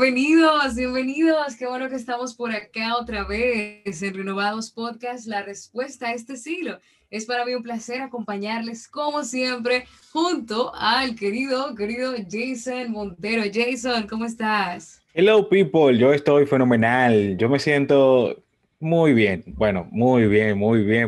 bienvenidos, bienvenidos. Qué bueno que estamos por acá otra vez en Renovados Podcast, la respuesta a este siglo. Es para mí un placer acompañarles, como siempre, junto al querido Jason Montero. Jason, ¿cómo estás? Hello people, yo estoy fenomenal, yo me siento muy bien, bueno, muy bien,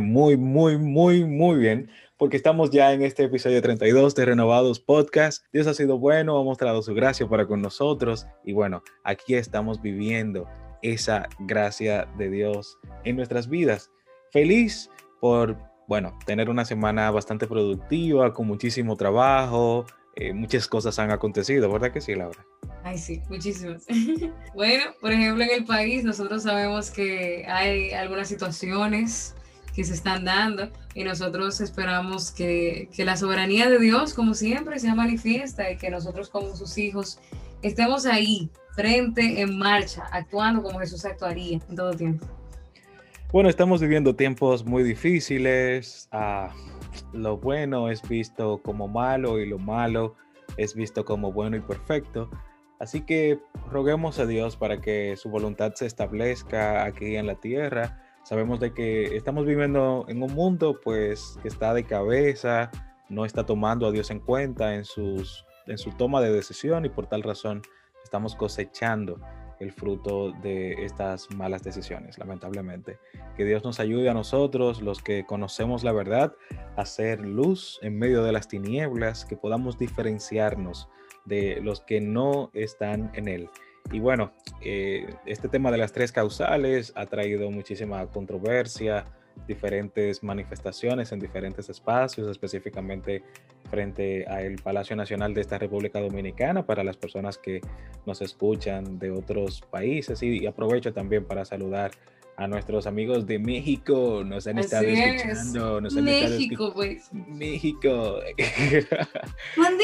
muy bien, porque estamos ya en este episodio 32 de Renovados Podcast. Dios ha sido bueno, ha mostrado su gracia para con nosotros y bueno, aquí estamos viviendo esa gracia de Dios en nuestras vidas. Feliz por, bueno, tener una semana bastante productiva, con muchísimo trabajo, muchas cosas han acontecido, ¿verdad que sí, Laura? Ay, sí, muchísimas. Bueno, por ejemplo, en el país nosotros sabemos que hay algunas situaciones que se están dando y nosotros esperamos que la soberanía de Dios, como siempre, sea manifiesta y que nosotros como sus hijos estemos ahí, frente, en marcha, actuando como Jesús actuaría en todo tiempo. Bueno, estamos viviendo tiempos muy difíciles. Lo bueno es visto como malo y lo malo es visto como bueno y perfecto. Así que roguemos a Dios para que su voluntad se establezca aquí en la tierra. Sabemos de que estamos viviendo en un mundo pues que está de cabeza, no está tomando a Dios en cuenta en su toma de decisión y por tal razón estamos cosechando el fruto de estas malas decisiones, lamentablemente. Que Dios nos ayude a nosotros, los que conocemos la verdad, a hacer luz en medio de las tinieblas, que podamos diferenciarnos de los que no están en él. Y bueno, este tema de las tres causales ha traído muchísima controversia, diferentes manifestaciones en diferentes espacios, específicamente frente al Palacio Nacional de esta República Dominicana, para las personas que nos escuchan de otros países. Y aprovecho también para saludar a nuestros amigos de México, nos han estado escuchando, nos han México, pues. México. ¿Mande?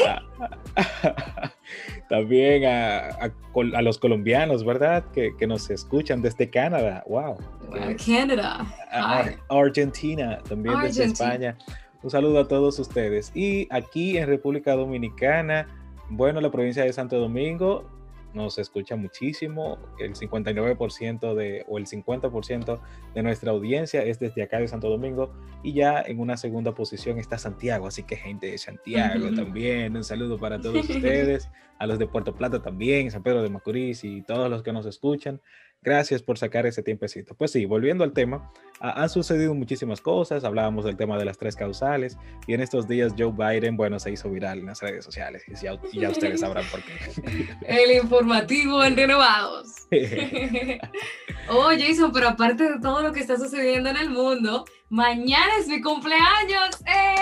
También a los colombianos, ¿verdad? Que nos escuchan desde Canadá. Wow. Canadá. Argentina, también desde España. Un saludo a todos ustedes. Y aquí en República Dominicana, bueno, la provincia de Santo Domingo nos escucha muchísimo. El 59% o el 50% de nuestra audiencia es desde acá de Santo Domingo. Y ya en una segunda posición está Santiago. Así que gente de Santiago también. Un saludo para todos ustedes. A los de Puerto Plata también, San Pedro de Macorís y todos los que nos escuchan. Gracias por sacar ese tiempecito. Pues sí, volviendo al tema, han sucedido muchísimas cosas. Hablábamos del tema de las tres causales y en estos días Joe Biden, bueno, se hizo viral en las redes sociales y ya ustedes sabrán por qué. El informativo en Renovados. Oh, Jason, pero aparte de todo lo que está sucediendo en el mundo, mañana es mi cumpleaños.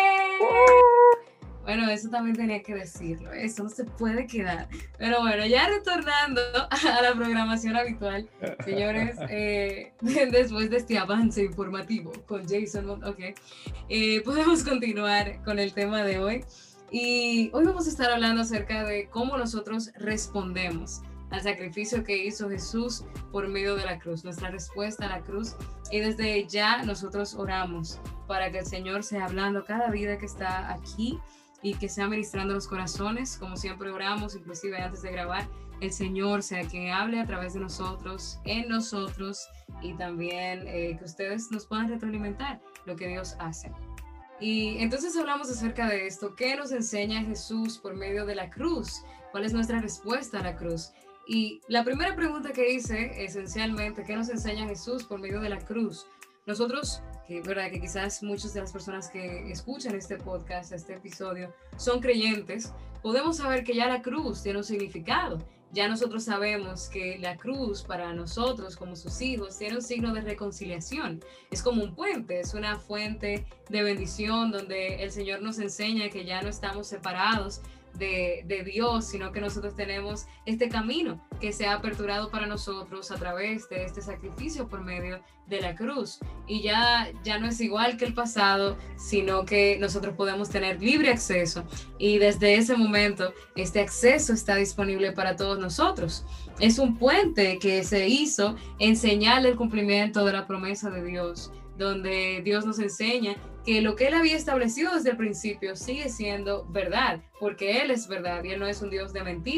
Bueno, eso también tenía que decirlo, eso no se puede quedar. Pero bueno, ya retornando a la programación habitual, señores, después de este avance informativo con Jason, podemos continuar con el tema de hoy. Y hoy vamos a estar hablando acerca de cómo nosotros respondemos al sacrificio que hizo Jesús por medio de la cruz, nuestra respuesta a la cruz. Y desde ya nosotros oramos para que el Señor sea hablando cada vida que está aquí y que sea ministrando los corazones, como siempre oramos, inclusive antes de grabar, el Señor sea quien hable a través de nosotros, en nosotros, y también que ustedes nos puedan retroalimentar lo que Dios hace. Y entonces hablamos acerca de esto, ¿qué nos enseña Jesús por medio de la cruz? ¿Cuál es nuestra respuesta a la cruz? Y la primera pregunta que hice, esencialmente, ¿qué nos enseña Jesús por medio de la cruz? Nosotros, que quizás muchas de las personas que escuchan este podcast, este episodio, son creyentes, podemos saber que ya la cruz tiene un significado. Ya nosotros sabemos que la cruz para nosotros como sus hijos tiene un signo de reconciliación. Es como un puente, es una fuente de bendición donde el Señor nos enseña que ya no estamos separados de Dios, sino que nosotros tenemos este camino que se ha aperturado para nosotros a través de este sacrificio por medio de la cruz. Y ya no es igual que el pasado, sino que nosotros podemos tener libre acceso. Y desde ese momento, este acceso está disponible para todos nosotros. Es un puente que se hizo en señal del cumplimiento de la promesa de Dios, donde Dios nos enseña que lo que Él había establecido desde el principio sigue siendo verdad, porque Él es verdad y Él no es un Dios de mentira.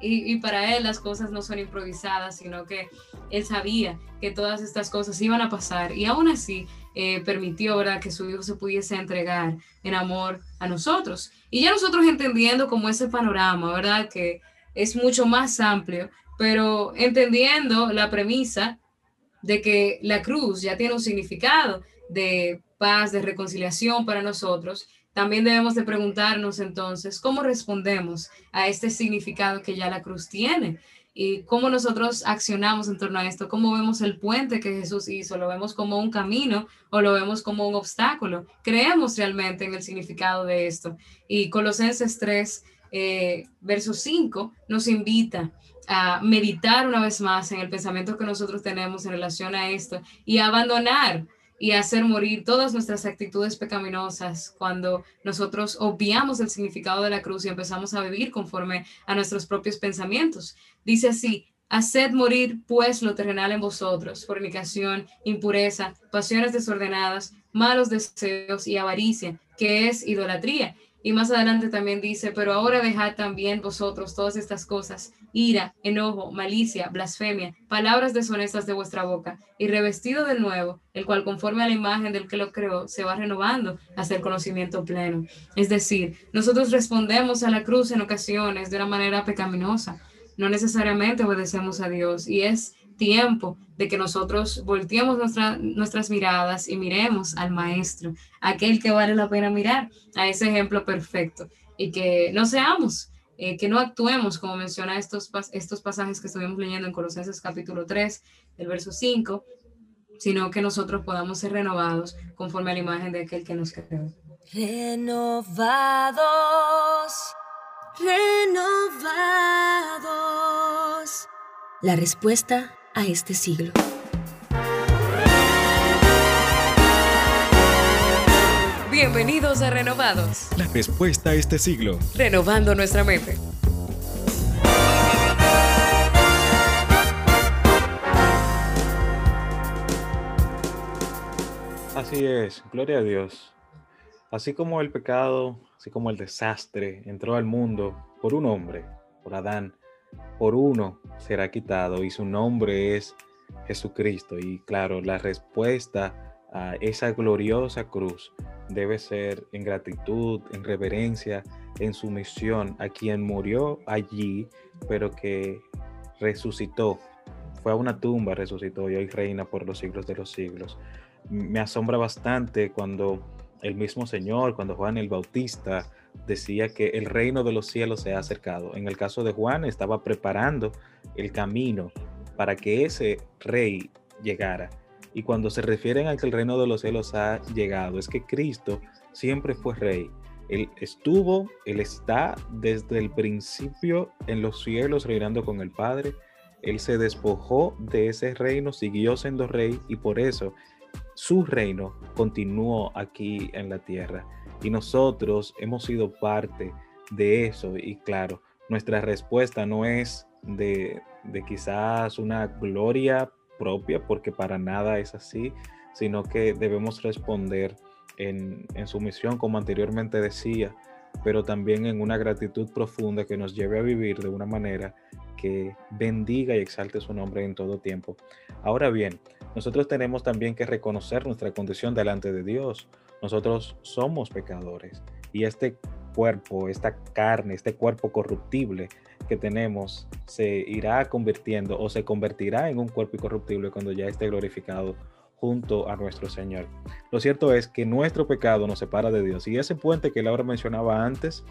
y para él las cosas no son improvisadas, sino que él sabía que todas estas cosas iban a pasar y aún así permitió, ¿verdad?, que su hijo se pudiese entregar en amor a nosotros. Y ya nosotros entendiendo como ese panorama, ¿verdad?, que es mucho más amplio, pero entendiendo la premisa de que la cruz ya tiene un significado de paz, de reconciliación para nosotros, también debemos de preguntarnos entonces cómo respondemos a este significado que ya la cruz tiene y cómo nosotros accionamos en torno a esto, cómo vemos el puente que Jesús hizo, lo vemos como un camino o lo vemos como un obstáculo. Creemos realmente en el significado de esto. Y Colosenses 3, verso 5, nos invita a meditar una vez más en el pensamiento que nosotros tenemos en relación a esto y a abandonar y hacer morir todas nuestras actitudes pecaminosas cuando nosotros obviamos el significado de la cruz y empezamos a vivir conforme a nuestros propios pensamientos. Dice así: haced morir pues lo terrenal en vosotros, fornicación, impureza, pasiones desordenadas, malos deseos y avaricia, que es idolatría. Y más adelante también dice: pero ahora dejad también vosotros todas estas cosas: ira, enojo, malicia, blasfemia, palabras deshonestas de vuestra boca, y revestido del nuevo, el cual conforme a la imagen del que lo creó, se va renovando hasta el conocimiento pleno. Es decir, nosotros respondemos a la cruz en ocasiones de una manera pecaminosa. No necesariamente obedecemos a Dios y es tiempo de que nosotros volteemos nuestras miradas y miremos al Maestro, aquel que vale la pena mirar, a ese ejemplo perfecto, y que no seamos, que no actuemos como menciona estos pasajes que estuvimos leyendo en Colosenses capítulo 3, el verso 5, sino que nosotros podamos ser renovados conforme a la imagen de aquel que nos creó. Renovados, renovados. La respuesta a este siglo. Bienvenidos a Renovados. La respuesta a este siglo. Renovando nuestra mente. Así es, gloria a Dios. Así como el pecado, así como el desastre entró al mundo por un hombre, por Adán, por uno será quitado y su nombre es Jesucristo. Y claro, la respuesta a esa gloriosa cruz debe ser en gratitud, en reverencia, en sumisión a quien murió allí, pero que resucitó. Fue a una tumba, resucitó y hoy reina por los siglos de los siglos. Me asombra bastante cuando el mismo Señor, cuando Juan el Bautista decía que el reino de los cielos se ha acercado. En el caso de Juan, estaba preparando el camino para que ese rey llegara. Y cuando se refieren a que el reino de los cielos ha llegado, es que Cristo siempre fue rey. Él estuvo, Él está desde el principio en los cielos reinando con el Padre. Él se despojó de ese reino, siguió siendo rey y por eso su reino continuó aquí en la tierra. Y nosotros hemos sido parte de eso. Y claro, nuestra respuesta no es de quizás una gloria propia, porque para nada es así, sino que debemos responder en sumisión, como anteriormente decía, pero también en una gratitud profunda que nos lleve a vivir de una manera que bendiga y exalte su nombre en todo tiempo. Ahora bien, nosotros tenemos también que reconocer nuestra condición delante de Dios. Nosotros somos pecadores y este cuerpo, esta carne, este cuerpo corruptible que tenemos se irá convirtiendo o se convertirá en un cuerpo incorruptible cuando ya esté glorificado junto a nuestro Señor. Lo cierto es que nuestro pecado nos separa de Dios y ese puente que Laura mencionaba antes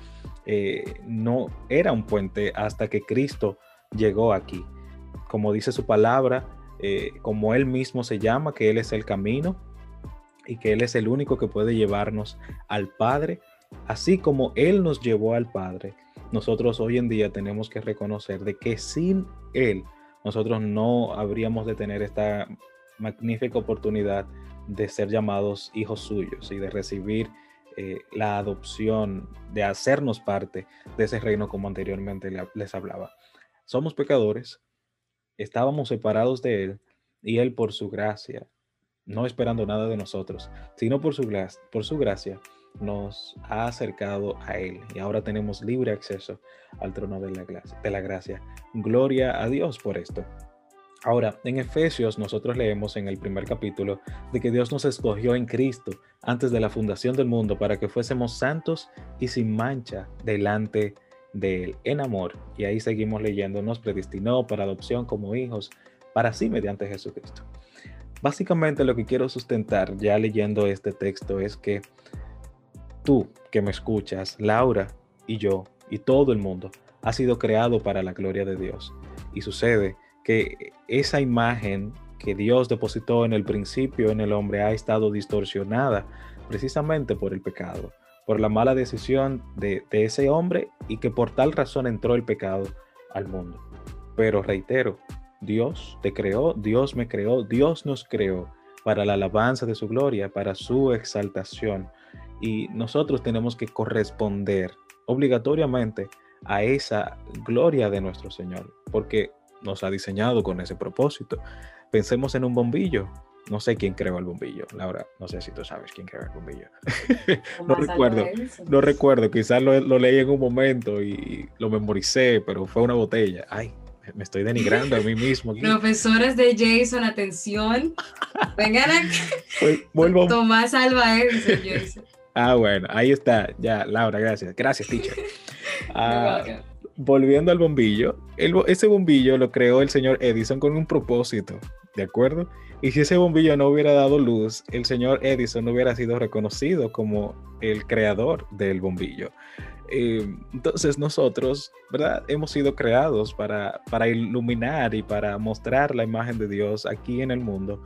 no era un puente hasta que Cristo llegó aquí. Como dice su palabra, como Él mismo se llama, que Él es el camino y que Él es el único que puede llevarnos al Padre, así como Él nos llevó al Padre. Nosotros hoy en día tenemos que reconocer de que sin Él nosotros no habríamos de tener esta magnífica oportunidad de ser llamados hijos suyos y de recibir la adopción, de hacernos parte de ese reino como anteriormente les hablaba. Somos pecadores, estábamos separados de Él y Él por su gracia, no esperando nada de nosotros, sino por su gracia, nos ha acercado a Él y ahora tenemos libre acceso al trono de la gracia. Gloria a Dios por esto. Ahora, en Efesios nosotros leemos en el primer capítulo de que Dios nos escogió en Cristo antes de la fundación del mundo para que fuésemos santos y sin mancha delante de Él en amor. Y ahí seguimos leyendo, nos predestinó para adopción como hijos, para sí mediante Jesucristo. Básicamente lo que quiero sustentar ya leyendo este texto es que tú que me escuchas, Laura y yo y todo el mundo ha sido creado para la gloria de Dios. Y sucede que esa imagen que Dios depositó en el principio en el hombre ha estado distorsionada precisamente por el pecado, por la mala decisión de ese hombre, y que por tal razón entró el pecado al mundo. Pero reitero, Dios te creó, Dios me creó, Dios nos creó para la alabanza de su gloria, para su exaltación, y nosotros tenemos que corresponder obligatoriamente a esa gloria de nuestro Señor, porque nos ha diseñado con ese propósito. Pensemos en un bombillo. No sé quién creó el bombillo, Laura. No sé si tú sabes quién creó el bombillo. No recuerdo. Quizás lo leí en un momento y lo memoricé, pero fue una botella. Ay, me estoy denigrando a mí mismo aquí. Profesores de Jason, atención. Vengan aquí. Vuelvo. Tomás Alba dice Jason. Bueno, ahí está. Ya, Laura, gracias. Gracias, teacher. Volviendo al bombillo, ese bombillo lo creó el señor Edison con un propósito, ¿de acuerdo? Y si ese bombillo no hubiera dado luz, el señor Edison no hubiera sido reconocido como el creador del bombillo. Entonces nosotros, ¿verdad? Hemos sido creados para iluminar y para mostrar la imagen de Dios aquí en el mundo.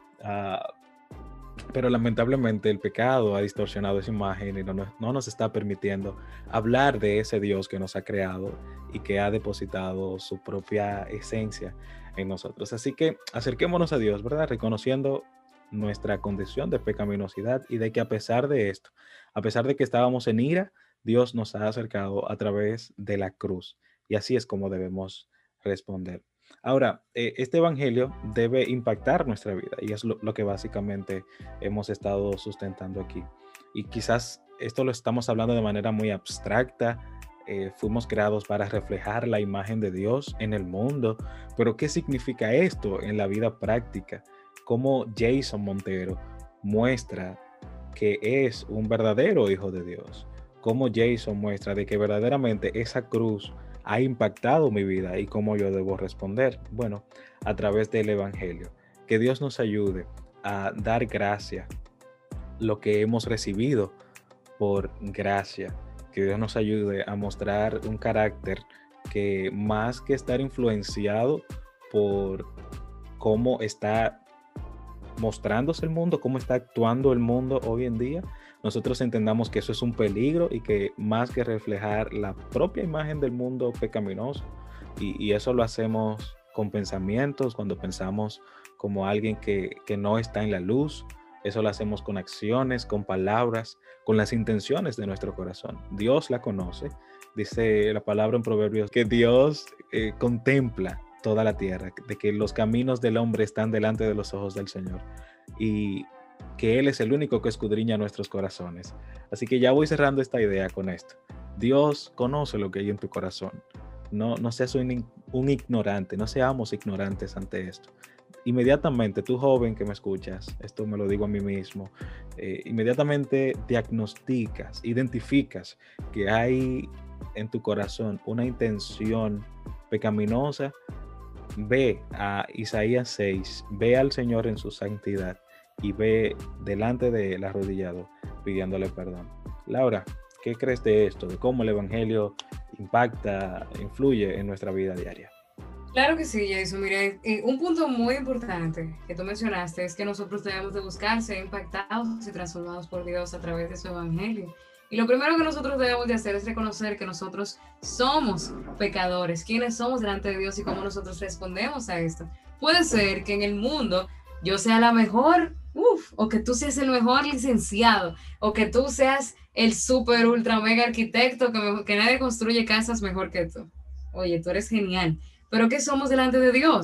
Pero lamentablemente el pecado ha distorsionado esa imagen y no nos está permitiendo hablar de ese Dios que nos ha creado y que ha depositado su propia esencia en nosotros. Así que acerquémonos a Dios, ¿verdad? Reconociendo nuestra condición de pecaminosidad y de que a pesar de esto, a pesar de que estábamos en ira, Dios nos ha acercado a través de la cruz, y así es como debemos responder. Ahora, este evangelio debe impactar nuestra vida, y es lo que básicamente hemos estado sustentando aquí. Y quizás esto lo estamos hablando de manera muy abstracta. Fuimos creados para reflejar la imagen de Dios en el mundo, pero ¿qué significa esto en la vida práctica? ¿Cómo Jason Montero muestra que es un verdadero hijo de Dios? ¿Cómo Jason muestra de que verdaderamente esa cruz ha impactado mi vida y cómo yo debo responder? Bueno, a través del evangelio. Que Dios nos ayude a dar gracia, lo que hemos recibido por gracia. Que Dios nos ayude a mostrar un carácter que, más que estar influenciado por cómo está mostrándose el mundo, cómo está actuando el mundo hoy en día, nosotros entendamos que eso es un peligro y que más que reflejar la propia imagen del mundo pecaminoso, y eso lo hacemos con pensamientos, cuando pensamos como alguien que no está en la luz. Eso lo hacemos con acciones, con palabras, con las intenciones de nuestro corazón. Dios la conoce. Dice la palabra en Proverbios que Dios contempla toda la tierra, de que los caminos del hombre están delante de los ojos del Señor, y que Él es el único que escudriña nuestros corazones. Así que ya voy cerrando esta idea con esto. Dios conoce lo que hay en tu corazón. No seas un ignorante, no seamos ignorantes ante esto. Inmediatamente, tú joven que me escuchas, esto me lo digo a mí mismo, inmediatamente diagnosticas, identificas que hay en tu corazón una intención pecaminosa, ve a Isaías 6, ve al Señor en su santidad y ve delante de él arrodillado pidiéndole perdón. Laura, ¿qué crees de esto? De cómo el evangelio impacta, influye en nuestra vida diaria. Claro que sí, Jason. Mire, un punto muy importante que tú mencionaste es que nosotros debemos de buscar ser impactados y transformados por Dios a través de su evangelio. Y lo primero que nosotros debemos de hacer es reconocer que nosotros somos pecadores, quiénes somos delante de Dios y cómo nosotros respondemos a esto. Puede ser que en el mundo yo sea la mejor, o que tú seas el mejor licenciado, o que tú seas el super ultra mega arquitecto que nadie construye casas mejor que tú. Oye, tú eres genial. ¿Pero qué somos delante de Dios?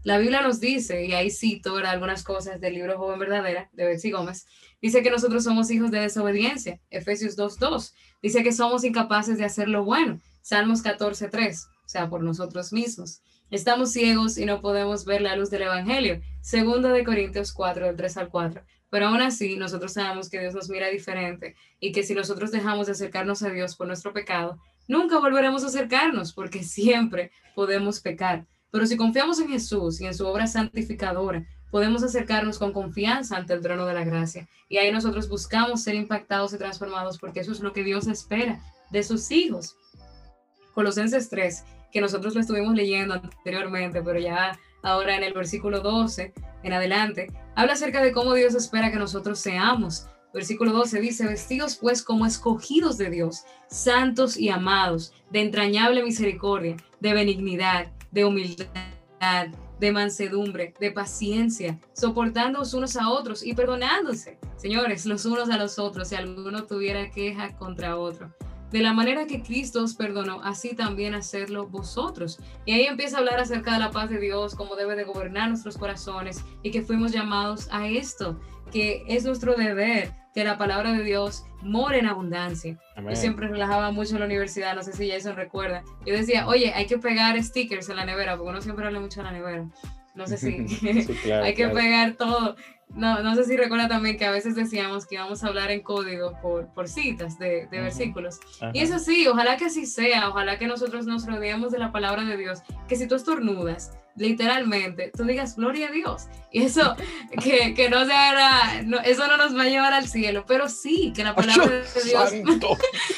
La Biblia nos dice, y ahí cito ¿verdad? Algunas cosas del libro Joven Verdadera de Betsy Gómez, dice que nosotros somos hijos de desobediencia, Efesios 2:2, dice que somos incapaces de hacer lo bueno, Salmos 14:3, o sea, por nosotros mismos. Estamos ciegos y no podemos ver la luz del Evangelio, 2 Corintios 4, del 3 al 4. Pero aún así, nosotros sabemos que Dios nos mira diferente y que si nosotros dejamos de acercarnos a Dios por nuestro pecado, nunca volveremos a acercarnos porque siempre podemos pecar. Pero si confiamos en Jesús y en su obra santificadora, podemos acercarnos con confianza ante el trono de la gracia. Y ahí nosotros buscamos ser impactados y transformados porque eso es lo que Dios espera de sus hijos. Colosenses 3, que nosotros lo estuvimos leyendo anteriormente, pero ya ahora en el versículo 12 en adelante, habla acerca de cómo Dios espera que nosotros seamos. Versículo 12 dice, vestidos pues como escogidos de Dios, santos y amados, de entrañable misericordia, de benignidad, de humildad, de mansedumbre, de paciencia, soportándoos unos a otros y perdonándose, señores, los unos a los otros, si alguno tuviera queja contra otro. De la manera que Cristo os perdonó, así también hacedlo vosotros. Y ahí empieza a hablar acerca de la paz de Dios, cómo debe de gobernar nuestros corazones y que fuimos llamados a esto, que es nuestro deber, que la palabra de Dios more en abundancia. Amén. Yo siempre relajaba mucho en la universidad, no sé si Jason recuerda. Yo decía, oye, hay que pegar stickers en la nevera, porque uno siempre habla mucho en la nevera. No sé si Sí, claro, hay que claro. pegar todo. No sé si recuerda también que a veces decíamos que íbamos a hablar en código por citas de versículos. Ajá. Y eso sí, ojalá que así sea, ojalá que nosotros nos rodeemos de la palabra de Dios, que si tú estornudas, literalmente, tú digas gloria a Dios. Y eso, que no se haga, no, eso no nos va a llevar al cielo, pero sí, que la palabra de Dios... ¡Santo!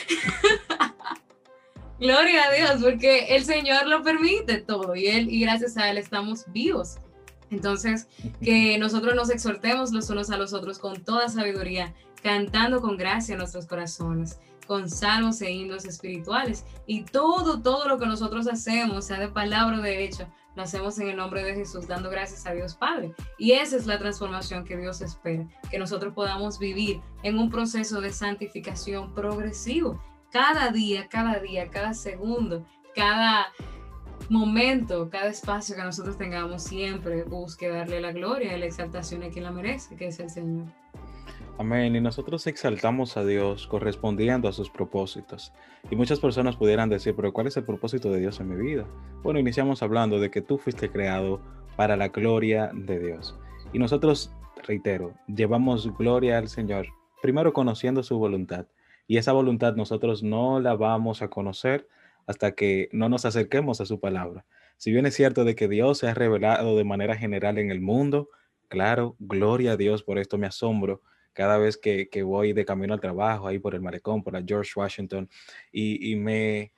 Gloria a Dios, porque el Señor lo permite todo y gracias a Él estamos vivos. Entonces, que nosotros nos exhortemos los unos a los otros con toda sabiduría, cantando con gracia en nuestros corazones, con salmos e himnos espirituales. Y todo lo que nosotros hacemos, sea de palabra o de hecho, lo hacemos en el nombre de Jesús, dando gracias a Dios Padre. Y esa es la transformación que Dios espera, que nosotros podamos vivir en un proceso de santificación progresivo. Cada día, cada segundo, cada momento, cada espacio que nosotros tengamos, siempre busque darle la gloria y la exaltación a quien la merece, que es el Señor. Amén. Y nosotros exaltamos a Dios correspondiendo a sus propósitos. Y muchas personas pudieran decir, pero ¿cuál es el propósito de Dios en mi vida? Bueno, iniciamos hablando de que tú fuiste creado para la gloria de Dios. Y nosotros, reitero, llevamos gloria al Señor, primero conociendo su voluntad. Y esa voluntad nosotros no la vamos a conocer hasta que no nos acerquemos a su palabra. Si bien es cierto de que Dios se ha revelado de manera general en el mundo, claro, gloria a Dios, por esto me asombro cada vez que voy de camino al trabajo, ahí por el malecón, por la George Washington, y me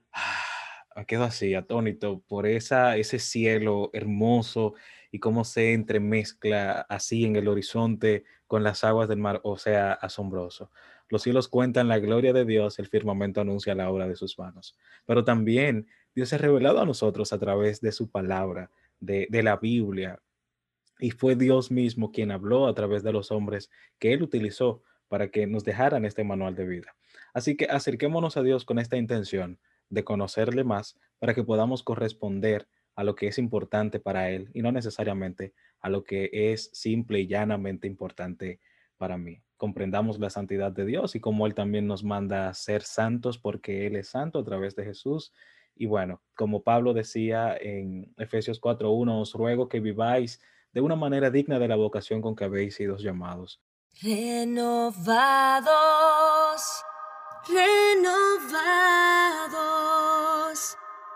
quedo así, atónito por ese cielo hermoso y cómo se entremezcla así en el horizonte con las aguas del mar, o sea, asombroso. Los cielos cuentan la gloria de Dios, el firmamento anuncia la obra de sus manos. Pero también Dios se ha revelado a nosotros a través de su palabra, de la Biblia. Y fue Dios mismo quien habló a través de los hombres que Él utilizó para que nos dejaran este manual de vida. Así que acerquémonos a Dios con esta intención de conocerle más para que podamos corresponder a lo que es importante para Él y no necesariamente a lo que es simple y llanamente importante para mí. Comprendamos la santidad de Dios y cómo Él también nos manda a ser santos porque Él es santo a través de Jesús. Y bueno, como Pablo decía en Efesios 4:1, os ruego que viváis de una manera digna de la vocación con que habéis sido llamados. Renovados, renovados.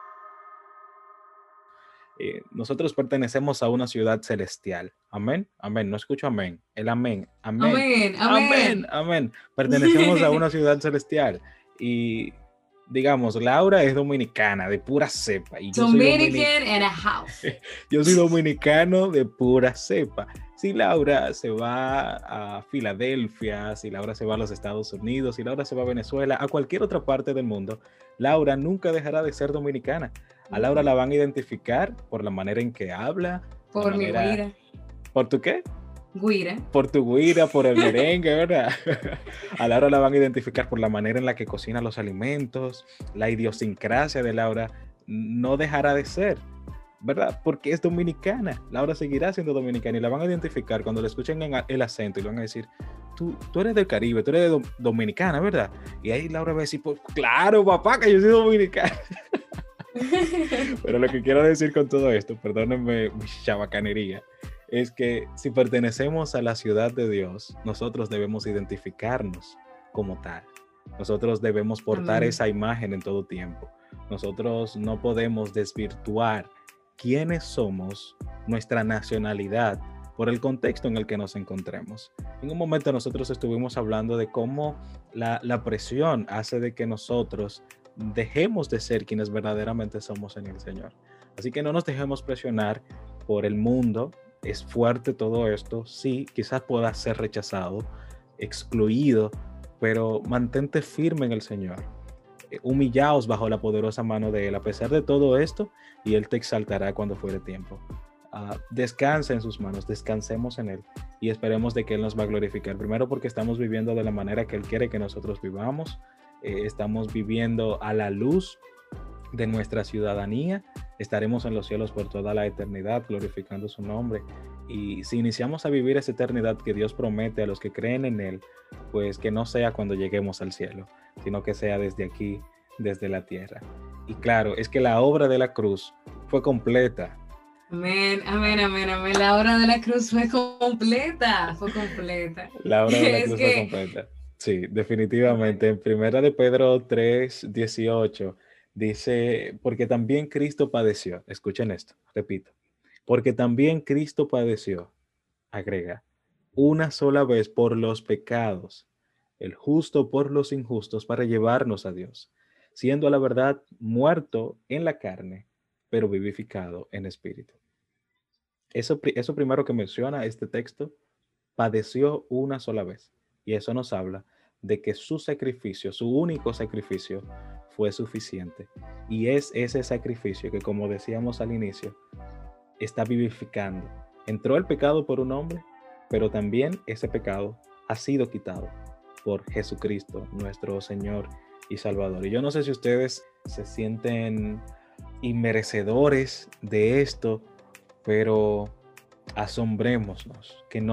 Nosotros pertenecemos a una ciudad celestial. Amén, amén. No escucho amén. El amén, amén. Amén, Amén, amén. amén. Pertenecemos a una ciudad celestial. Y digamos, Laura es dominicana de pura cepa. Y yo soy Dominican and a house. Yo soy dominicano de pura cepa. Si Laura se va a Filadelfia, si Laura se va a los Estados Unidos, si Laura se va a Venezuela, a cualquier otra parte del mundo, Laura nunca dejará de ser dominicana. A Laura la van a identificar por la manera en que habla. Por mi guira. ¿Por tu qué? Guira. Por tu guira, por el merengue, ¿verdad? A Laura la van a identificar por la manera en la que cocina los alimentos, la idiosincrasia de Laura no dejará de ser. ¿verdad? Porque es dominicana. Laura seguirá siendo dominicana y la van a identificar cuando le escuchen en el acento y le van a decir, tú eres del Caribe, tú eres dominicana, ¿verdad? Y ahí Laura va a decir, pues claro, papá, que yo soy dominicana. Pero lo que quiero decir con todo esto, perdónenme mi chabacanería, es que si pertenecemos a la ciudad de Dios, nosotros debemos identificarnos como tal. Nosotros debemos portar esa imagen en todo tiempo. Nosotros no podemos desvirtuar quiénes somos, nuestra nacionalidad, por el contexto en el que nos encontremos. En un momento nosotros estuvimos hablando de cómo la presión hace de que nosotros dejemos de ser quienes verdaderamente somos en el Señor. Así que no nos dejemos presionar por el mundo. Es fuerte todo esto, sí, quizás pueda ser rechazado, excluido, pero mantente firme en el Señor. Humillaos bajo la poderosa mano de Él, a pesar de todo esto, y Él te exaltará cuando fuere tiempo. Descansa en sus manos, descansemos en Él, y esperemos de que Él nos va a glorificar. Primero porque estamos viviendo de la manera que Él quiere que nosotros vivamos, estamos viviendo a la luz de nuestra ciudadanía, estaremos en los cielos por toda la eternidad glorificando su nombre, y si iniciamos a vivir esa eternidad que Dios promete a los que creen en Él, pues que no sea cuando lleguemos al cielo, sino que sea desde aquí, desde la tierra. Y claro, es que la obra de la cruz fue completa. Amén, amén, amén, amén. La obra de la cruz fue completa, fue completa. La obra de la cruz fue completa. Sí, definitivamente. En Primera de Pedro 3:18 dice, porque también Cristo padeció. Escuchen esto, repito. Porque también Cristo padeció, agrega, una sola vez por los pecados, el justo por los injustos, para llevarnos a Dios, siendo a la verdad muerto en la carne, pero vivificado en espíritu. Eso primero que menciona este texto, padeció una sola vez. Y eso nos habla de que su sacrificio, su único sacrificio, fue suficiente. Y es ese sacrificio que, como decíamos al inicio, está vivificando. Entró el pecado por un hombre, pero también ese pecado ha sido quitado por Jesucristo, nuestro Señor y Salvador. Y yo no sé si ustedes se sienten inmerecedores de esto, pero asombrémonos, que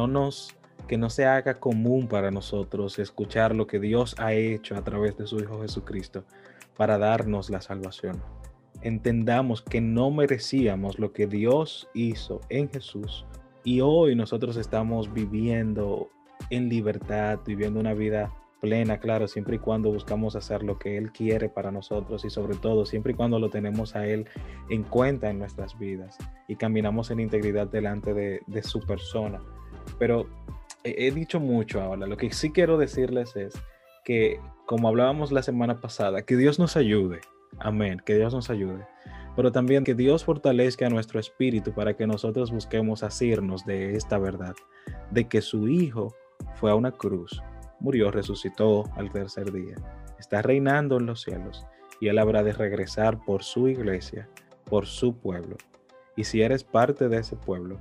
no se haga común para nosotros escuchar lo que Dios ha hecho a través de su Hijo Jesucristo para darnos la salvación. Entendamos que no merecíamos lo que Dios hizo en Jesús, y hoy nosotros estamos viviendo en libertad, viviendo una vida plena, claro, siempre y cuando buscamos hacer lo que Él quiere para nosotros, y sobre todo siempre y cuando lo tenemos a Él en cuenta en nuestras vidas y caminamos en integridad delante de su persona. Pero he dicho mucho ahora. Lo que sí quiero decirles es que, como hablábamos la semana pasada, que Dios nos ayude. Amén, que Dios nos ayude. Pero también que Dios fortalezca nuestro espíritu para que nosotros busquemos asirnos de esta verdad, de que su Hijo fue a una cruz, murió, resucitó al tercer día, está reinando en los cielos, y Él habrá de regresar por su iglesia, por su pueblo. Y si eres parte de ese pueblo,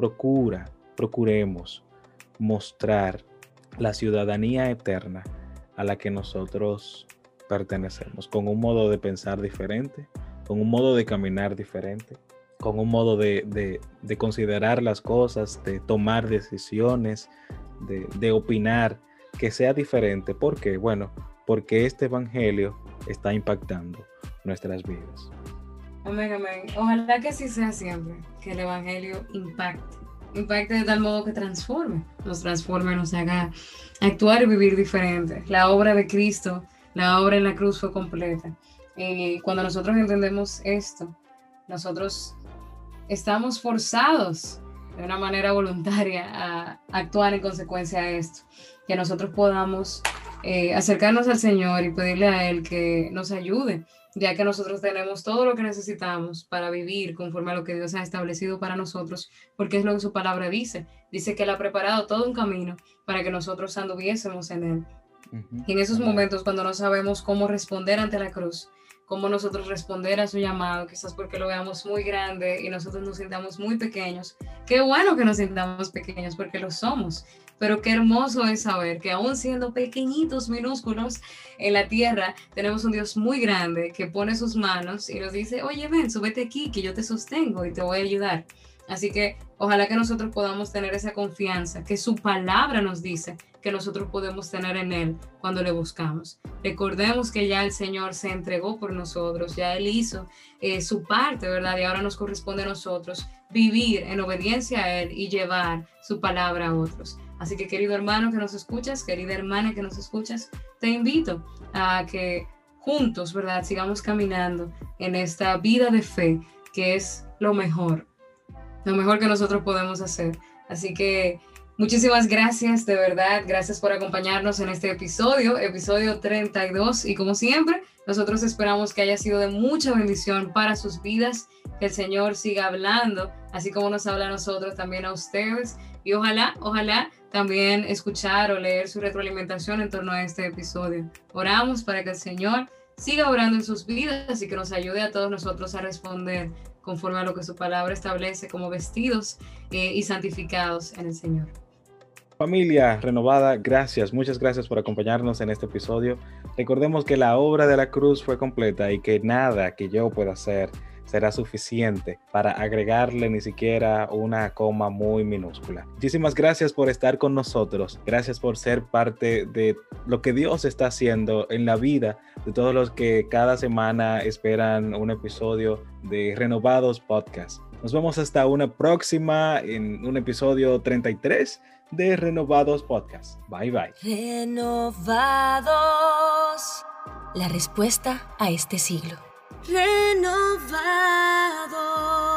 procuremos mostrar la ciudadanía eterna a la que nosotros pertenecemos, con un modo de pensar diferente, con un modo de caminar diferente, con un modo de considerar las cosas, de tomar decisiones, de opinar, que sea diferente. ¿Por qué? Bueno, porque este evangelio está impactando nuestras vidas. Amén, amén. Ojalá que así sea siempre, que el evangelio impacte de tal modo que nos haga actuar y vivir diferente. La obra de Cristo, la obra en la cruz fue completa. Y cuando nosotros entendemos esto, nosotros estamos forzados de una manera voluntaria a actuar en consecuencia de esto. Que nosotros podamos acercarnos al Señor y pedirle a Él que nos ayude, ya que nosotros tenemos todo lo que necesitamos para vivir conforme a lo que Dios ha establecido para nosotros, porque es lo que su palabra dice. Dice que Él ha preparado todo un camino para que nosotros anduviésemos en Él. Y en esos momentos, cuando no sabemos cómo responder ante la cruz, cómo nosotros responder a su llamado, quizás porque lo veamos muy grande y nosotros nos sintamos muy pequeños. Qué bueno que nos sintamos pequeños, porque lo somos. pero qué hermoso es saber que aún siendo pequeñitos, minúsculos en la tierra, tenemos un Dios muy grande que pone sus manos y nos dice, oye, ven, súbete aquí, que yo te sostengo y te voy a ayudar. Así que ojalá que nosotros podamos tener esa confianza, que su palabra nos dice que nosotros podemos tener en Él cuando le buscamos. Recordemos que ya el Señor se entregó por nosotros, ya Él hizo su parte, ¿verdad? Y ahora nos corresponde a nosotros vivir en obediencia a Él y llevar su palabra a otros. Así que, querido hermano que nos escuchas, querida hermana que nos escuchas, te invito a que juntos, ¿verdad? Sigamos caminando en esta vida de fe, que es lo mejor que nosotros podemos hacer. Así que muchísimas gracias, de verdad, gracias por acompañarnos en este episodio 32, y como siempre, nosotros esperamos que haya sido de mucha bendición para sus vidas, que el Señor siga hablando, así como nos habla a nosotros, también a ustedes, y ojalá también escuchar o leer su retroalimentación en torno a este episodio. Oramos para que el Señor siga obrando en sus vidas y que nos ayude a todos nosotros a responder conforme a lo que su palabra establece como vestidos y santificados en el Señor. Familia renovada, gracias, muchas gracias por acompañarnos en este episodio. Recordemos que la obra de la cruz fue completa y que nada que yo pueda hacer será suficiente para agregarle ni siquiera una coma muy minúscula. Muchísimas gracias por estar con nosotros. Gracias por ser parte de lo que Dios está haciendo en la vida de todos los que cada semana esperan un episodio de Renovados Podcast. Nos vemos hasta una próxima en un episodio 33 de Renovados Podcast. Bye bye. Renovados. La respuesta a este siglo. Renovados.